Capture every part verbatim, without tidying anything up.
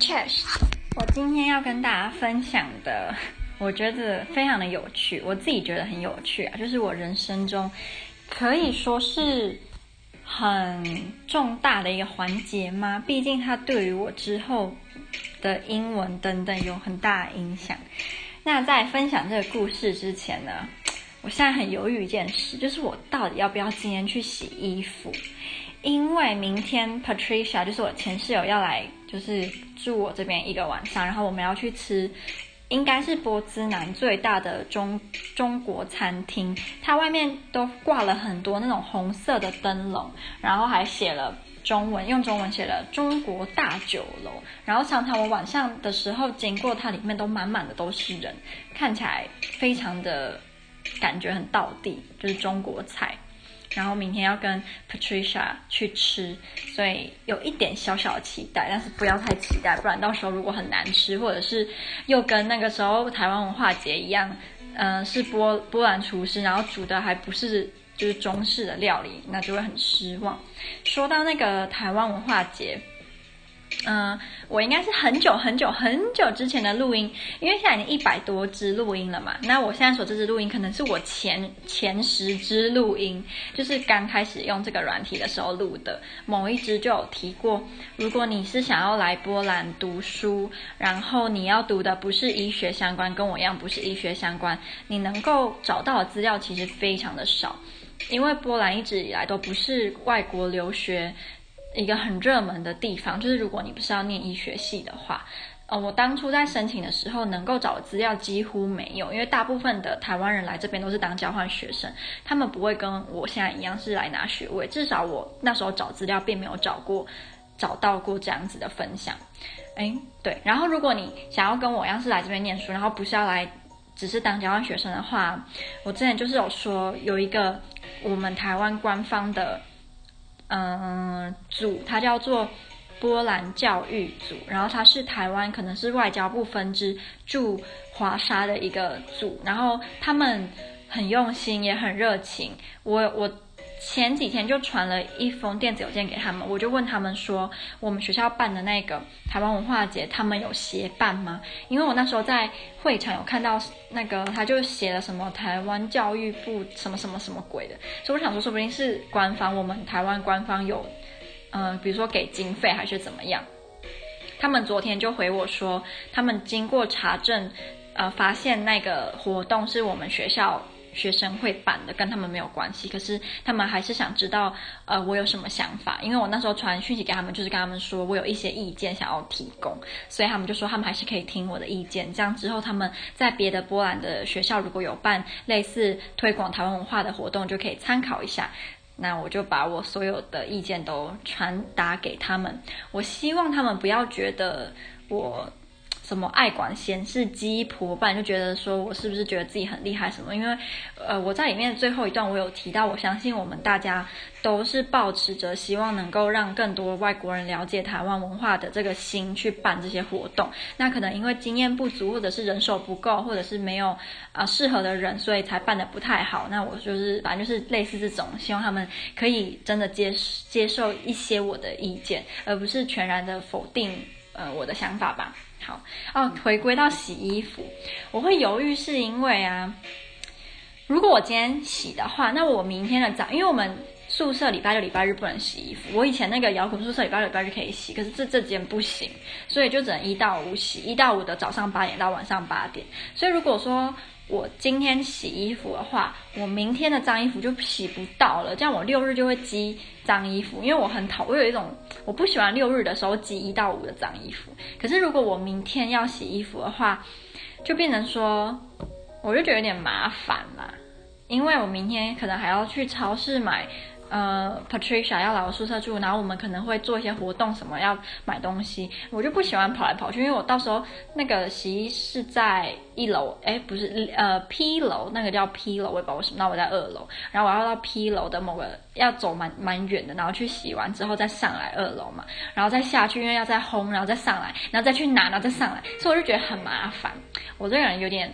Cheers！ 我今天要跟大家分享的，我觉得非常的有趣，我自己觉得很有趣啊，就是我人生中可以说是很重大的一个环节吗？毕竟它对于我之后的英文等等有很大的影响。那在分享这个故事之前呢，我现在很犹豫一件事，就是我到底要不要今天去洗衣服？因为明天 Patricia 就是我前室友要来，就是住我这边一个晚上，然后我们要去吃应该是波兹南最大的中中国餐厅，它外面都挂了很多那种红色的灯笼，然后还写了中文，用中文写了中国大酒楼，然后常常我晚上的时候经过它，里面都满满的都是人，看起来非常的感觉很道地，就是中国菜。然后明天要跟 Patricia 去吃，所以有一点小小的期待，但是不要太期待，不然到时候如果很难吃，或者是又跟那个时候台湾文化节一样，嗯、呃，是波波兰厨师，然后煮的还不是就是中式的料理，那就会很失望。说到那个台湾文化节，嗯，我应该是很久很久很久之前的录音，因为现在已经一百多支录音了嘛。那我现在所这支录音可能是我前前十支录音，就是刚开始用这个软体的时候录的。某一支就有提过，如果你是想要来波兰读书，然后你要读的不是医学相关，跟我一样不是医学相关，你能够找到的资料其实非常的少，因为波兰一直以来都不是外国留学一个很热门的地方，就是如果你不是要念医学系的话，呃，我当初在申请的时候能够找的资料几乎没有，因为大部分的台湾人来这边都是当交换学生，他们不会跟我现在一样是来拿学位，至少我那时候找资料并没有找过找到过这样子的分享。诶，对，然后如果你想要跟我一样是来这边念书，然后不是要来只是当交换学生的话，我之前就是有说有一个我们台湾官方的嗯，组它叫做波兰教育组，然后它是台湾可能是外交部分支驻华沙的一个组，然后他们很用心也很热情，我我前几天就传了一封电子邮件给他们，我就问他们说，我们学校办的那个台湾文化节他们有协办吗？因为我那时候在会场有看到那个他就写了什么台湾教育部什么什么什么鬼的，所以我想说说不定是官方，我们台湾官方有嗯、呃，比如说给经费还是怎么样。他们昨天就回我说，他们经过查证呃，发现那个活动是我们学校学生会办的，跟他们没有关系，可是他们还是想知道呃我有什么想法，因为我那时候传讯息给他们，就是跟他们说我有一些意见想要提供，所以他们就说他们还是可以听我的意见，这样之后他们在别的波兰的学校如果有办类似推广台湾文化的活动就可以参考一下。那我就把我所有的意见都传达给他们，我希望他们不要觉得我什么爱管闲事鸡婆，不然就觉得说我是不是觉得自己很厉害什么，因为呃我在里面的最后一段我有提到，我相信我们大家都是抱持着希望能够让更多外国人了解台湾文化的这个心去办这些活动，那可能因为经验不足或者是人手不够，或者是没有呃适合的人，所以才办得不太好，那我就是反正就是类似这种，希望他们可以真的接接受一些我的意见，而不是全然的否定呃我的想法吧。好哦，回归到洗衣服，我会犹豫是因为啊，如果我今天洗的话，那我明天的早，因为我们宿舍礼拜六礼拜日不能洗衣服，我以前那个摇滚宿舍礼拜六礼拜日可以洗，可是这这几天不行，所以就只能一到五洗，一到五的早上八点到晚上八点，所以如果说我今天洗衣服的话，我明天的脏衣服就洗不到了，这样我六日就会积脏衣服，因为我很讨我有一种我不喜欢六日的时候积一到五的脏衣服，可是如果我明天要洗衣服的话，就变成说我就觉得有点麻烦啦，因为我明天可能还要去超市买呃 Patricia 要来我宿舍住，然后我们可能会做一些活动什么要买东西，我就不喜欢跑来跑去，因为我到时候那个洗衣是在一楼，诶不是呃 P 楼，那个叫 P 楼，我也不知道为什么，那我在二楼，然后我要到 P 楼的某个要走蛮蛮远的，然后去洗完之后再上来二楼嘛，然后再下去，因为要再烘，然后再上来，然后再去拿，然后再上来，所以我就觉得很麻烦，我这个人有点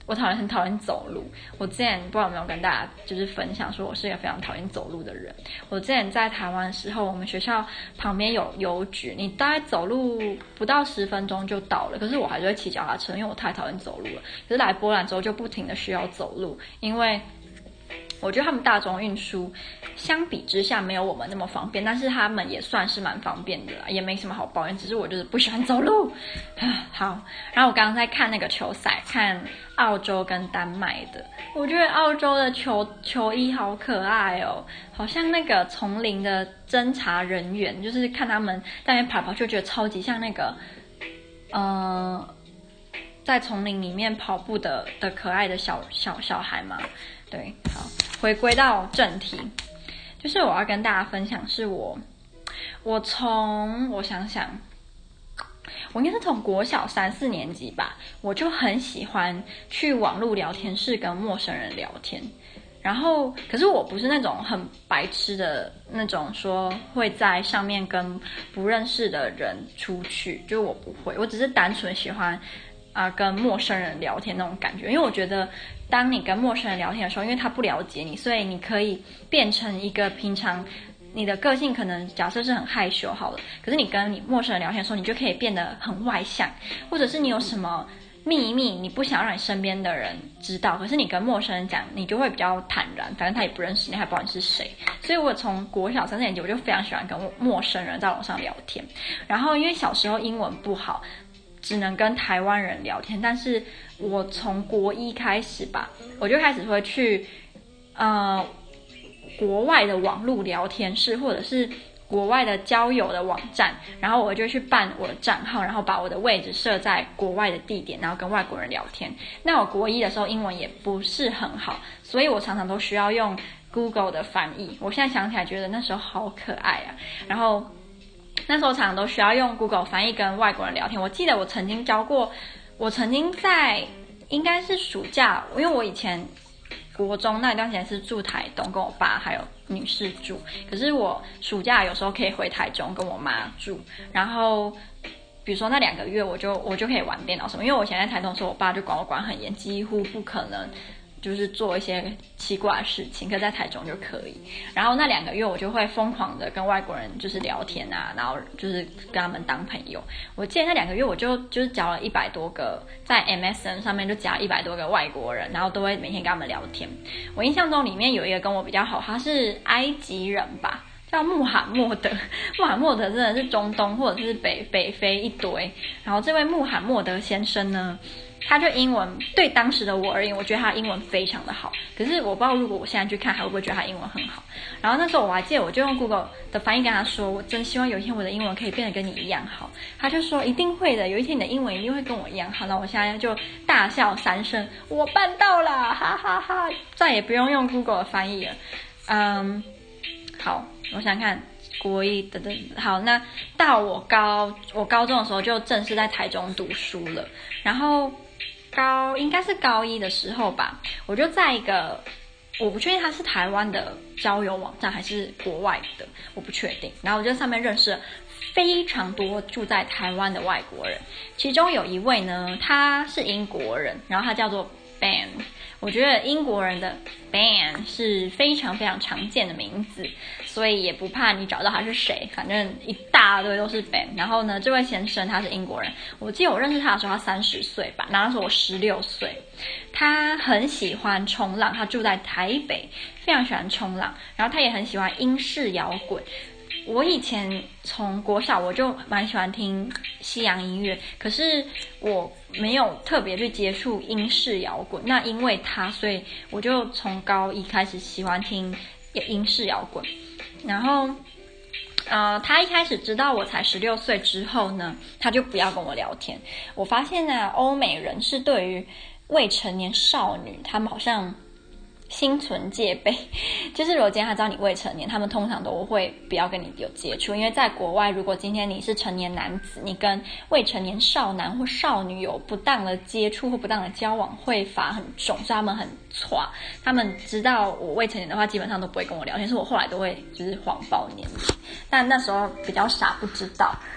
我讨厌很讨厌走路。我之前不知道有没有跟大家就是分享说，我是一个非常讨厌走路的人。我之前在台湾的时候，我们学校旁边有邮局，你大概走路不到十分钟就到了，可是我还是会骑脚踏车，因为我太讨厌走路了。可是来波兰之后就不停的需要走路，因为我觉得他们大众运输相比之下没有我们那么方便，但是他们也算是蛮方便的啦，也没什么好抱怨，只是我就是不喜欢走路。好，然后我刚刚在看那个球赛，看澳洲跟丹麦的，我觉得澳洲的球球衣好可爱哦，好像那个丛林的侦查人员，就是看他们在那边跑跑，就觉得超级像那个呃在丛林里面跑步的的可爱的小小小孩嘛。对，好，回归到正题，就是我要跟大家分享，是我，我从我想想，我应该是从国小三四年级吧，我就很喜欢去网络聊天室跟陌生人聊天。然后，可是我不是那种很白痴的那种，说会在上面跟不认识的人出去，就我不会，我只是单纯喜欢啊、呃、跟陌生人聊天那种感觉，因为我觉得当你跟陌生人聊天的时候，因为他不了解你，所以你可以变成一个平常你的个性可能假设是很害羞好了，可是你跟你陌生人聊天的时候，你就可以变得很外向，或者是你有什么秘密你不想让你身边的人知道，可是你跟陌生人讲，你就会比较坦然，反正他也不认识你，还不知道你是谁。所以我从国小三四年级我就非常喜欢跟陌生人在网上聊天。然后因为小时候英文不好，只能跟台湾人聊天，但是我从国一开始吧，我就开始会去呃国外的网络聊天室，或者是国外的交友的网站，然后我就去办我的账号，然后把我的位置设在国外的地点，然后跟外国人聊天。那我国一的时候英文也不是很好，所以我常常都需要用 Google 的翻译。我现在想起来觉得那时候好可爱啊。然后那时候常常都需要用 Google 翻译跟外国人聊天。我记得我曾经教过，我曾经在应该是暑假，因为我以前国中那一段时间是住台东，跟我爸还有女士住，可是我暑假有时候可以回台中跟我妈住，然后比如说那两个月我就我就可以玩电脑什么，因为我以前在台东的时候，我爸就管我管很严，几乎不可能就是做一些奇怪的事情，可在台中就可以。然后那两个月我就会疯狂的跟外国人就是聊天啊，然后就是跟他们当朋友。我记得那两个月我就就是交了一百多个，在 M S N 上面就加一百多个外国人，然后都会每天跟他们聊天。我印象中里面有一个跟我比较好，他是埃及人吧，叫穆罕默德。穆罕默德真的是中东或者是北北非一堆。然后这位穆罕默德先生呢，他就英文对当时的我而言，我觉得他英文非常的好。可是我不知道如果我现在去看，还会不会觉得他英文很好。然后那时候我还记得，我就用 Google 的翻译跟他说，我真希望有一天我的英文可以变得跟你一样好。他就说一定会的，有一天你的英文一定会跟我一样好。那我现在就大笑三声，我办到了，哈哈哈哈！再也不用用 Google 的翻译了。嗯，好，我想想看。国一的的好，那到我高我高中的时候就正式在台中读书了，然后高应该是高一的时候吧，我就在一个我不确定它是台湾的交友网站还是国外的，我不确定。然后我就在上面认识了非常多住在台湾的外国人，其中有一位呢，他是英国人，然后他叫做 Ben。我觉得英国人的 Ben 是非常非常常见的名字，所以也不怕你找到他是谁，反正一大堆都是 Ben。然后呢，这位先生他是英国人，我记得我认识他的时候他三十岁吧，然后那时候我十六岁。他很喜欢冲浪，他住在台北，非常喜欢冲浪，然后他也很喜欢英式摇滚。我以前从国小我就蛮喜欢听西洋音乐，可是我没有特别去接触英式摇滚。那因为他，所以我就从高一开始喜欢听英式摇滚。然后，呃，他一开始知道我才十六岁之后呢，他就不要跟我聊天。我发现呢，欧美人是对于未成年少女，他们好像心存戒备，就是如果今天他知道你未成年，他们通常都会不要跟你有接触。因为在国外，如果今天你是成年男子，你跟未成年少男或少女有不当的接触或不当的交往，会罚很重，所以他们很挫。他们知道我未成年的话，基本上都不会跟我聊天，是我后来都会就是谎报年龄，但那时候比较傻不知道。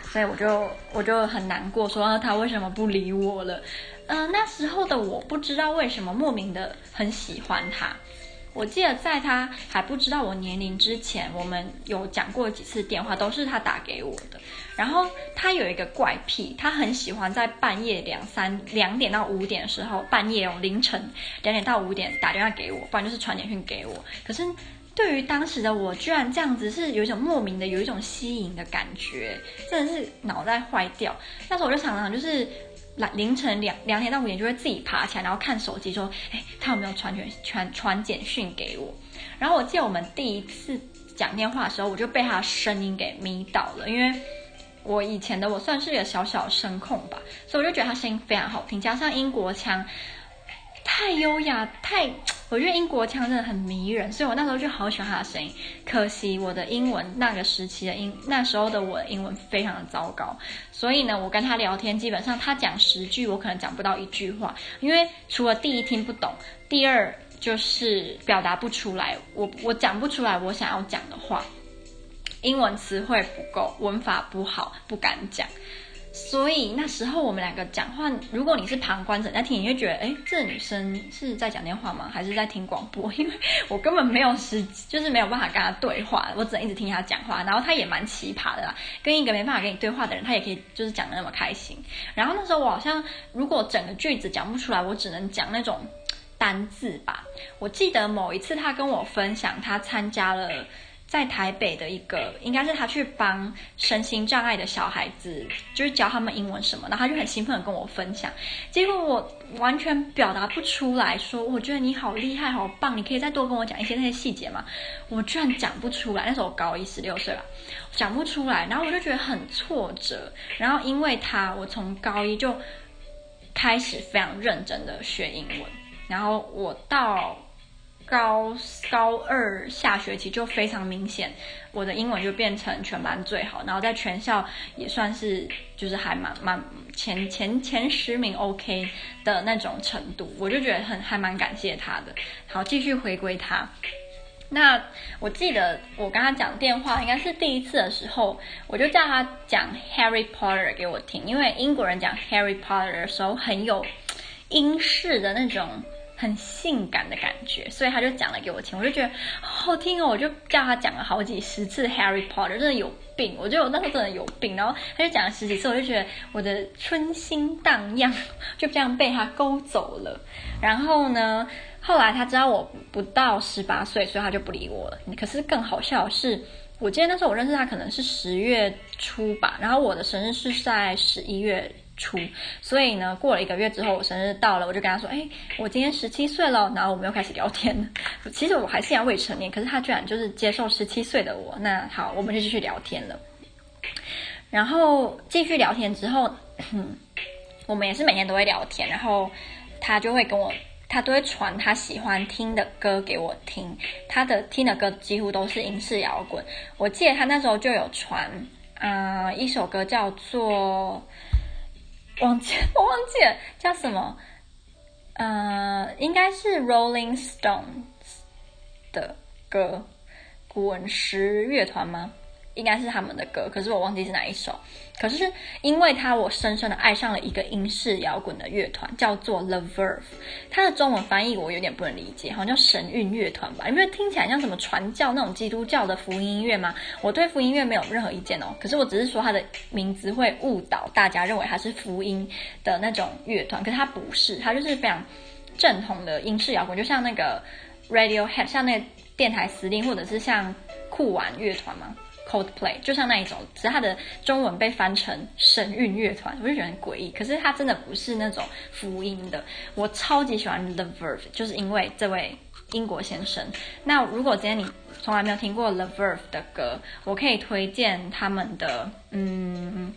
所以我就我就很难过说，说他为什么不理我了。嗯、呃，那时候的我不知道为什么莫名的很喜欢他。我记得在他还不知道我年龄之前，我们有讲过几次电话，都是他打给我的。然后他有一个怪癖，他很喜欢在半夜两三两点到五点的时候，半夜哦凌晨两点到五点打电话给我，不然就是传简讯给我。可是对于当时的我，居然这样子是有一种莫名的有一种吸引的感觉，真的是脑袋坏掉。那时候我就常常就是凌晨两两点到五点就会自己爬起来，然后看手机说，哎，他有没有传传传简讯给我？然后我记得我们第一次讲电话的时候，我就被他的声音给迷倒了，因为我以前的我算是一个小小声控吧，所以我就觉得他声音非常好听，加上英国腔太优雅，太我觉得英国腔真的很迷人，所以我那时候就好喜欢他的声音。可惜我的英文那个时期的英那时候的我的英文非常的糟糕，所以呢，我跟他聊天基本上他讲十句，我可能讲不到一句话，因为除了第一听不懂，第二就是表达不出来，我我讲不出来我想要讲的话，英文词汇不够，文法不好，不敢讲。所以那时候我们两个讲话，如果你是旁观者在听，你会觉得，哎，这女生是在讲电话吗？还是在听广播？因为我根本没有时，就是没有办法跟她对话，我只能一直听她讲话。然后她也蛮奇葩的啦，跟一个没办法跟你对话的人，她也可以就是讲得那么开心。然后那时候我好像，如果整个句子讲不出来，我只能讲那种单字吧。我记得某一次她跟我分享，她参加了在台北的一个，应该是他去帮身心障碍的小孩子，就是教他们英文什么，然后他就很兴奋的跟我分享，结果我完全表达不出来说，我觉得你好厉害好棒，你可以再多跟我讲一些那些细节吗？我居然讲不出来，那时候我高一十六岁吧，讲不出来，然后我就觉得很挫折，然后因为他，我从高一就开始非常认真的学英文，然后我到高高二下学期就非常明显，我的英文就变成全班最好，然后在全校也算是就是还蛮蛮前前前十名 OK 的那种程度，我就觉得很还蛮感谢他的。好，继续回归他。那我记得我跟他讲电话应该是第一次的时候，我就叫他讲 Harry Potter 给我听，因为英国人讲 Harry Potter 的时候很有英式的那种很性感的感觉，所以他就讲了给我听，我就觉得好好听哦，我就叫他讲了好几十次 Harry Potter， 真的有病，我觉得我那时候真的有病，然后他就讲了十几次，我就觉得我的春心荡漾，就这样被他勾走了。然后呢，后来他知道我不到十八岁，所以他就不理我了。可是更好笑的是，我记得那时候我认识他可能是十月初吧，然后我的生日是在十一月初，所以呢，过了一个月之后，我生日到了，我就跟他说，哎，我今天十七岁了，然后我们又开始聊天了。其实我还是要未成年，可是他居然就是接受十七岁的我，那好，我们就继续聊天了。然后继续聊天之后，我们也是每天都会聊天，然后他就会跟我，他都会传他喜欢听的歌给我听，他的听的歌几乎都是英式摇滚。我记得他那时候就有传，呃，一首歌叫做。忘记我忘记了叫什么，呃，应该是 Rolling Stones 的歌，滚石乐团吗？应该是他们的歌，可是我忘记是哪一首。可是因为他，我深深的爱上了一个英式摇滚的乐团，叫做 The Verve。它的中文翻译我有点不能理解，好像叫神韵乐团吧，因为听起来像什么传教那种基督教的福音音乐嘛。我对福音音乐没有任何意见哦，可是我只是说它的名字会误导大家认为它是福音的那种乐团，可是它不是，它就是非常正统的英式摇滚，就像那个 Radiohead， 像那个电台司令，或者是像酷玩乐团嘛。Coldplay 就像那一种，只是它的中文被翻成神韵乐团，我就觉得很诡异。可是它真的不是那种福音的。我超级喜欢 The Verve， 就是因为这位英国先生。那如果今天你从来没有听过 The Verve 的歌，我可以推荐他们的嗯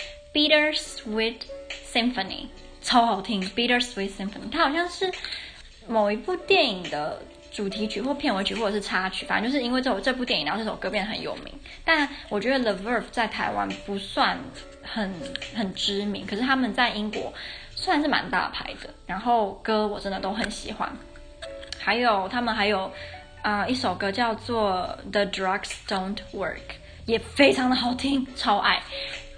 Bittersweet Symphony， 超好听 Bittersweet Symphony， 它好像是某一部电影的主题曲或片尾曲或者是插曲，反正就是因为这首这部电影，然后这首歌变得很有名。但我觉得 The Verve 在台湾不算很很知名，可是他们在英国算是蛮大牌的。然后歌我真的都很喜欢，还有他们还有啊、呃、一首歌叫做 The Drugs Don't Work， 也非常的好听，超爱。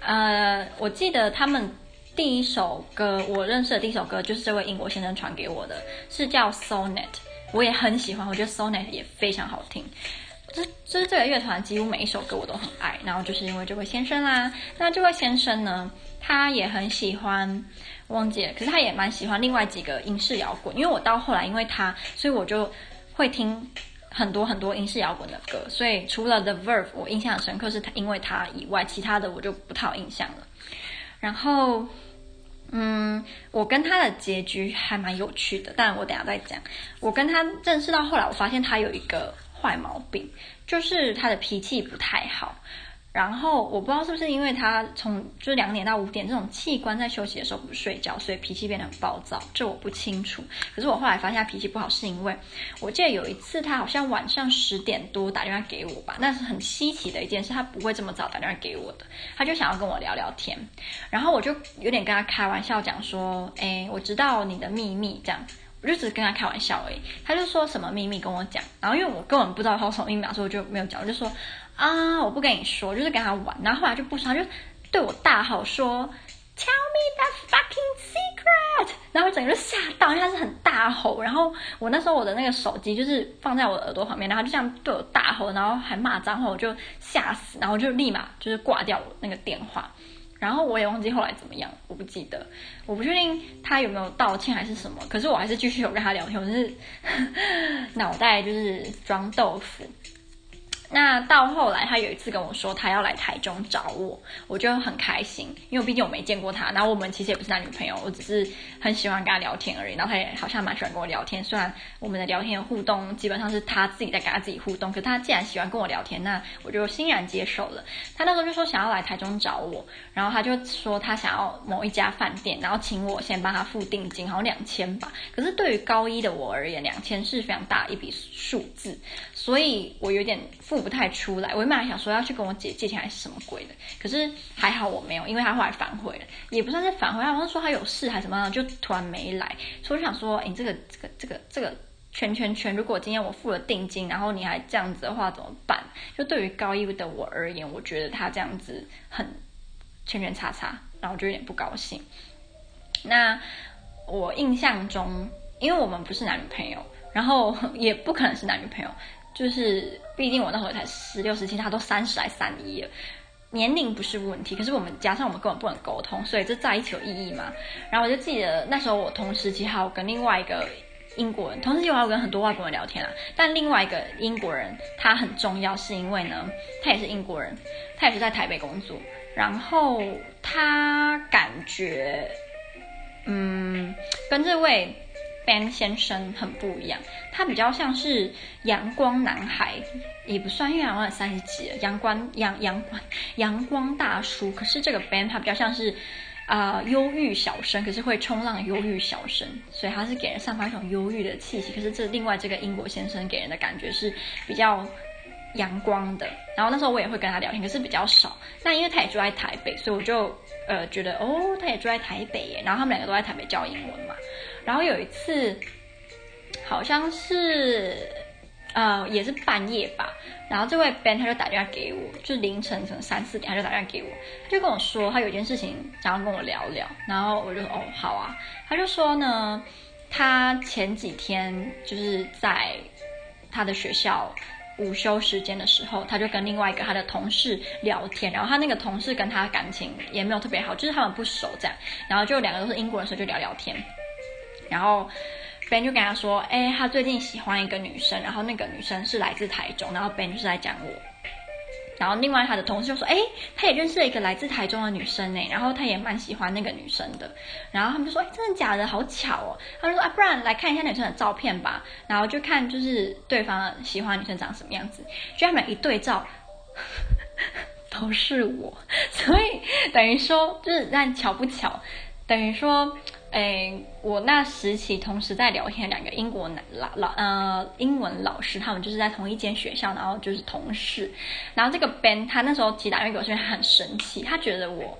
呃，我记得他们第一首歌，我认识的第一首歌就是这位英国先生传给我的，是叫 Sonnet， 我也很喜欢，我觉得 Sonnet 也非常好听。这就是这个乐团几乎每一首歌我都很爱，然后就是因为这位先生啦。那这位先生呢，他也很喜欢，忘记了，可是他也蛮喜欢另外几个英式摇滚。因为我到后来因为他，所以我就会听很多很多英式摇滚的歌。所以除了 The Verve 我印象很深刻是他，因为他以外，其他的我就不太有印象了。然后，嗯，我跟他的结局还蛮有趣的，但我等一下再讲。我跟他认识到后来，我发现他有一个坏毛病，就是他的脾气不太好。然后我不知道是不是因为他从就是两点到五点这种器官在休息的时候不睡觉，所以脾气变得很暴躁，这我不清楚。可是我后来发现他脾气不好，是因为我记得有一次他好像晚上十点多打电话给我吧，那是很稀奇的一件事，他不会这么早打电话给我的，他就想要跟我聊聊天，然后我就有点跟他开玩笑讲说，哎，我知道你的秘密这样。我就只是跟他开玩笑而已，他就说什么秘密跟我讲，然后因为我根本不知道他有什么秘密，所以我就没有讲，我就说啊，我不跟你说，就是跟他玩。然后后来就不说，他就对我大吼说 Tell me that fucking secret， 然后我整个就吓到，因为他是很大吼。然后我那时候我的那个手机就是放在我的耳朵旁边，然后他就这样对我大吼，然后还骂脏话，我就吓死，然后就立马就是挂掉我那个电话。然后我也忘记后来怎么样，我不记得，我不确定他有没有道歉还是什么，可是我还是继续有跟他聊天，我就是脑袋就是装豆腐。那到后来他有一次跟我说他要来台中找我，我就很开心，因为毕竟我没见过他，然后我们其实也不是男女朋友，我只是很喜欢跟他聊天而已，然后他也好像蛮喜欢跟我聊天，虽然我们的聊天互动基本上是他自己在跟他自己互动，可是他既然喜欢跟我聊天，那我就欣然接受了。他那时候就说想要来台中找我，然后他就说他想要某一家饭店，然后请我先帮他付定金，好像两千吧，可是对于高一的我而言，两千是非常大一笔数字，所以我有点付不太出来。我原本还想说要去跟我姐借钱还是什么鬼的，可是还好我没有，因为他后来反悔了，也不算是反悔，他好像说他有事还是什么，就突然没来。所以我就想说，哎，这个这个这个这个圈圈圈，如果今天我付了定金，然后你还这样子的话怎么办？就对于高一的我而言，我觉得他这样子很圈圈叉叉，然后我就有点不高兴。那我印象中，因为我们不是男女朋友，然后也不可能是男女朋友。就是毕竟我那时候才十六十七，他都三十来三一了，年龄不是问题，可是我们加上我们根本不能沟通，所以这在一起有意义吗？然后我就记得那时候我同时期还有跟另外一个英国人，同时期我还有跟很多外国人聊天啊，但另外一个英国人他很重要，是因为呢他也是英国人，他也是在台北工作，然后他感觉嗯跟这位Ben 先生很不一样，他比较像是阳光男孩，也不算，因为好像三十几了，阳光阳阳光阳光大叔。可是这个 Ben 他比较像是啊、呃、忧郁小生，可是会冲浪的忧郁小生，所以他是给人散发一种忧郁的气息。可是这另外这个英国先生给人的感觉是比较阳光的。然后那时候我也会跟他聊天，可是比较少。那因为他也住在台北，所以我就呃觉得哦，他也住在台北耶。然后他们两个都在台北教英文嘛。然后有一次，好像是呃也是半夜吧，然后这位 Ben 他就打电话给我，就凌晨可能三四点他就打电话给我，他就跟我说他有一件事情想要跟我聊聊，然后我就说哦好啊，他就说呢，他前几天就是在他的学校午休时间的时候，他就跟另外一个他的同事聊天，然后他那个同事跟他感情也没有特别好，就是他们不熟这样，然后就两个都是英国人，所以就聊聊天。然后 Ben 就跟他说，哎，他最近喜欢一个女生，然后那个女生是来自台中，然后 Ben 就是在讲我。然后另外他的同事就说，哎，他也认识了一个来自台中的女生呢，然后他也蛮喜欢那个女生的。然后他们就说，哎，真的假的？好巧哦。他就说，啊，不然来看一下女生的照片吧。然后就看就是对方喜欢的女生长什么样子。就他们一对照，都是我，所以等于说就是但巧不巧，等于说。诶，我那时期同时在聊天两个英国男老老呃英文老师，他们就是在同一间学校，然后就是同事。然后这个 Ben 他那时候其实打电话给我，是因为他很生气，他觉得我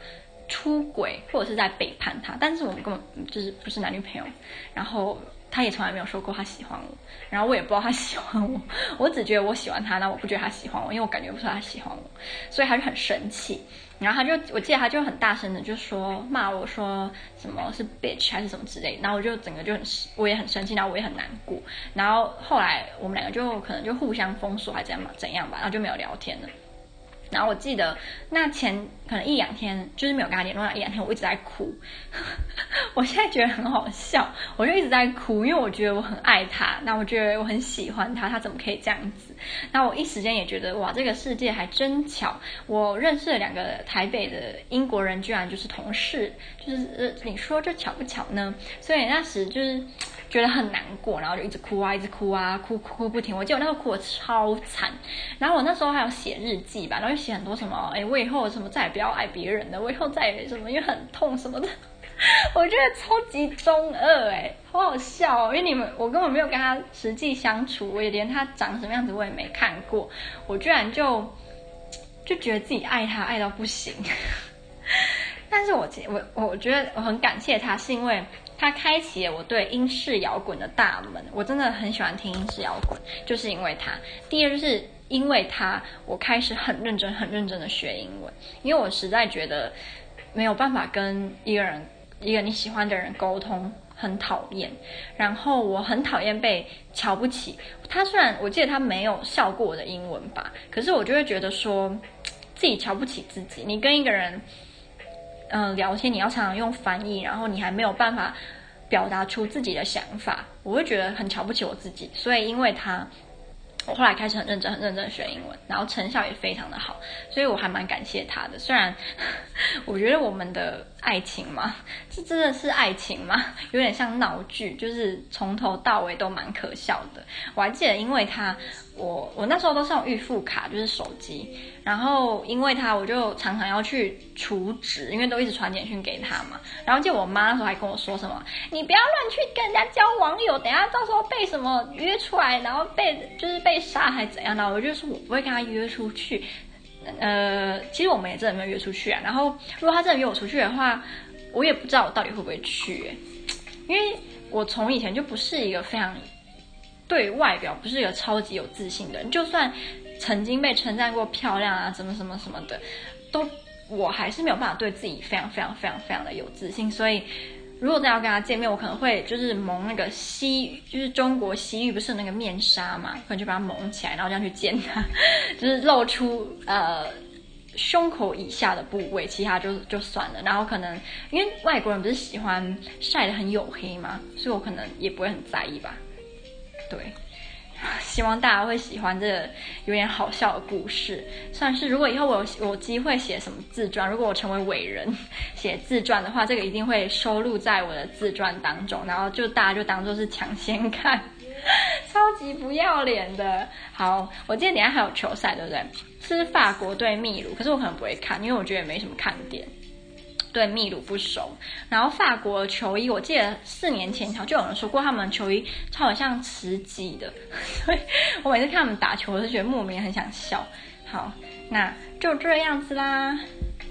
出轨或者是在背叛他，但是我们根本就是不是男女朋友，然后他也从来没有说过他喜欢我，然后我也不知道他喜欢我，我只觉得我喜欢他，那我不觉得他喜欢我，因为我感觉不出来他喜欢我，所以他就很生气，然后他就我记得他就很大声的就说骂我说什么是 bitch 还是什么之类的，然后我就整个就很我也很生气，然后我也很难过，然后后来我们两个就可能就互相封锁还怎样吧怎样吧，然后就没有聊天了。然后我记得那前可能一两天，就是没有跟他联络那一两天，我一直在哭。我现在觉得很好笑，我就一直在哭，因为我觉得我很爱他，那我觉得我很喜欢他，他怎么可以这样子？那我一时间也觉得哇，这个世界还真巧，我认识了两个台北的英国人，居然就是同事，就是呃，你说这巧不巧呢？所以那时就是觉得很难过，然后就一直哭啊，一直哭啊，哭哭哭不停。我记得我那时候哭得超惨，然后我那时候还有写日记吧，然后就写很多什么，哎，我以后什么再也不要爱别人了，我以后再也什么因为很痛什么的。我觉得超级中二哎，好好笑哦！因为你们我根本没有跟他实际相处，我也连他长什么样子我也没看过，我居然就就觉得自己爱他爱到不行。但是我我我觉得我很感谢他，是因为他开启了我对英式摇滚的大门。我真的很喜欢听英式摇滚，就是因为他。第二就是因为他，我开始很认真、很认真的学英文，因为我实在觉得没有办法跟一个人、一个你喜欢的人沟通，很讨厌。然后我很讨厌被瞧不起。他虽然我记得他没有笑过我的英文吧，可是我就会觉得说自己瞧不起自己。你跟一个人嗯、呃，聊天你要常常用翻译，然后你还没有办法表达出自己的想法，我会觉得很瞧不起我自己。所以因为他，我后来开始很认真、很认真的学英文，然后成效也非常的好，所以我还蛮感谢他的。虽然我觉得我们的爱情嘛，这真的是爱情吗？有点像闹剧，就是从头到尾都蛮可笑的。我还记得，因为他，我我那时候都是用预付卡，就是手机，然后因为他，我就常常要去储值，因为都一直传简讯给他嘛。然后就我妈那时候还跟我说什么，你不要乱去跟人家交网友，等一下到时候被什么约出来，然后被就是被杀还怎样的。我就说我不会跟他约出去。呃，其实我们也真的没有约出去啊。然后如果他真的约我出去的话，我也不知道我到底会不会去耶，因为我从以前就不是一个非常对外表不是一个超级有自信的人，就算曾经被称赞过漂亮啊，什么什么什么的，都我还是没有办法对自己非常非常非常非常的有自信。所以如果真的要跟他见面，我可能会就是蒙那个西，就是中国西域不是有那个面纱嘛，可能就把它蒙起来，然后这样去见他，就是露出呃胸口以下的部位，其他就就算了。然后可能因为外国人不是喜欢晒得很黝黑嘛，所以我可能也不会很在意吧。对。希望大家会喜欢这个有点好笑的故事，算是如果以后我有有机会写什么自传，如果我成为伟人写自传的话，这个一定会收录在我的自传当中，然后就大家就当作是抢先看，超级不要脸的。好，我记得等一下还有球赛，对不对？是法国对秘鲁，可是我可能不会看，因为我觉得也没什么看点。对秘鲁不熟，然后法国球衣，我记得四年前就有人说过他们球衣超很像慈禧的，所以我每次看他们打球，我就觉得莫名很想笑。好，那就这样子啦。